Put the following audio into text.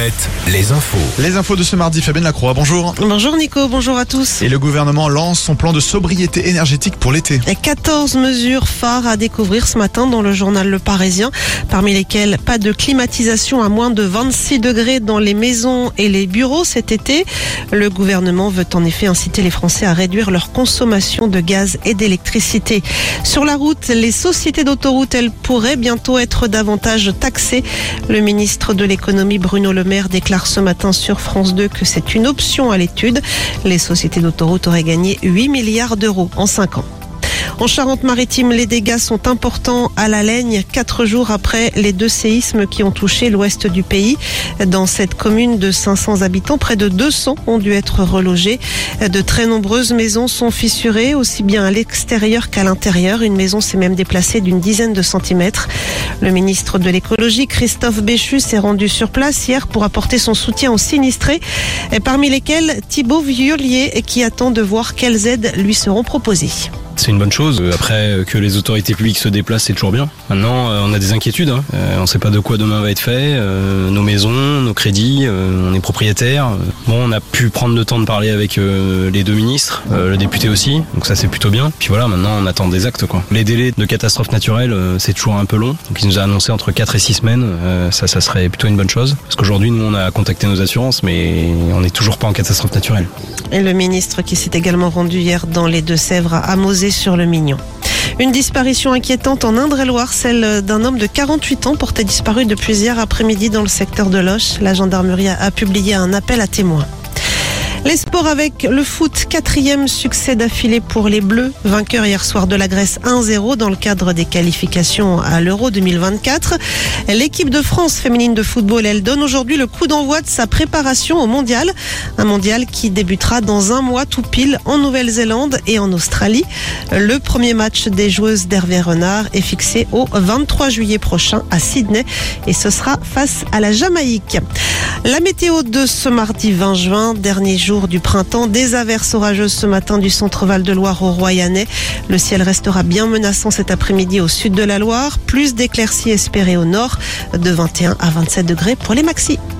Mohanet, les infos. Les infos de ce mardi, Fabienne Lacroix, bonjour. Bonjour Nico, bonjour à tous. Et le gouvernement lance son plan de sobriété énergétique pour l'été. 14 mesures phares à découvrir ce matin dans le journal Le Parisien, parmi lesquelles pas de climatisation à moins de 26 degrés dans les maisons et les bureaux cet été. Le gouvernement veut en effet inciter les Français à réduire leur consommation de gaz et d'électricité. Sur la route, les sociétés d'autoroutes, elles pourraient bientôt être davantage taxées. Le ministre de l'économie Bruno Le Maire déclare ce matin sur France 2 que c'est une option à l'étude. Les sociétés d'autoroutes auraient gagné 8 milliards d'euros en 5 ans. En Charente-Maritime, les dégâts sont importants à La Laigne, 4 jours après les 2 séismes qui ont touché l'ouest du pays. Dans cette commune de 500 habitants, près de 200 ont dû être relogés. De très nombreuses maisons sont fissurées, aussi bien à l'extérieur qu'à l'intérieur. Une maison s'est même déplacée d'une dizaine de centimètres. Le ministre de l'écologie, Christophe Béchu, s'est rendu sur place hier pour apporter son soutien aux sinistrés, parmi lesquels Thibaut Violier, qui attend de voir quelles aides lui seront proposées. C'est une bonne chose. Après, que les autorités publiques se déplacent, c'est toujours bien. Maintenant, on a des inquiétudes. On ne sait pas de quoi demain va être fait. Nos maisons, nos crédits, on est propriétaires. Bon, on a pu prendre le temps de parler avec les 2 ministres, le député aussi. Donc ça, c'est plutôt bien. Puis voilà, maintenant, on attend des actes, quoi. Les délais de catastrophes naturelles, c'est toujours un peu long. Donc il nous a annoncé entre 4 et 6 semaines. Ça serait plutôt une bonne chose. Parce qu'aujourd'hui, nous, on a contacté nos assurances, mais on n'est toujours pas en catastrophe naturelle. Et le ministre qui s'est également rendu hier dans les Deux-Sèvres à Mauzé-sur-le-Mignon. Une disparition inquiétante en Indre-et-Loire, celle d'un homme de 48 ans porté disparu depuis hier après-midi dans le secteur de Loches. La gendarmerie a publié un appel à témoins. Les sports avec le foot, 4e succès d'affilée pour les Bleus, vainqueurs hier soir de la Grèce 1-0 dans le cadre des qualifications à l'Euro 2024. L'équipe de France féminine de football, elle donne aujourd'hui le coup d'envoi de sa préparation au mondial. Un mondial qui débutera dans un mois tout pile en Nouvelle-Zélande et en Australie. Le premier match des joueuses d'Hervé Renard est fixé au 23 juillet prochain à Sydney et ce sera face à la Jamaïque. La météo de ce mardi 20 juin, dernier jour du printemps, des averses orageuses ce matin du centre Val-de-Loire au Royannais. Le ciel restera bien menaçant cet après-midi au sud de la Loire, plus d'éclaircies espérées au nord, de 21 à 27 degrés pour les maxis.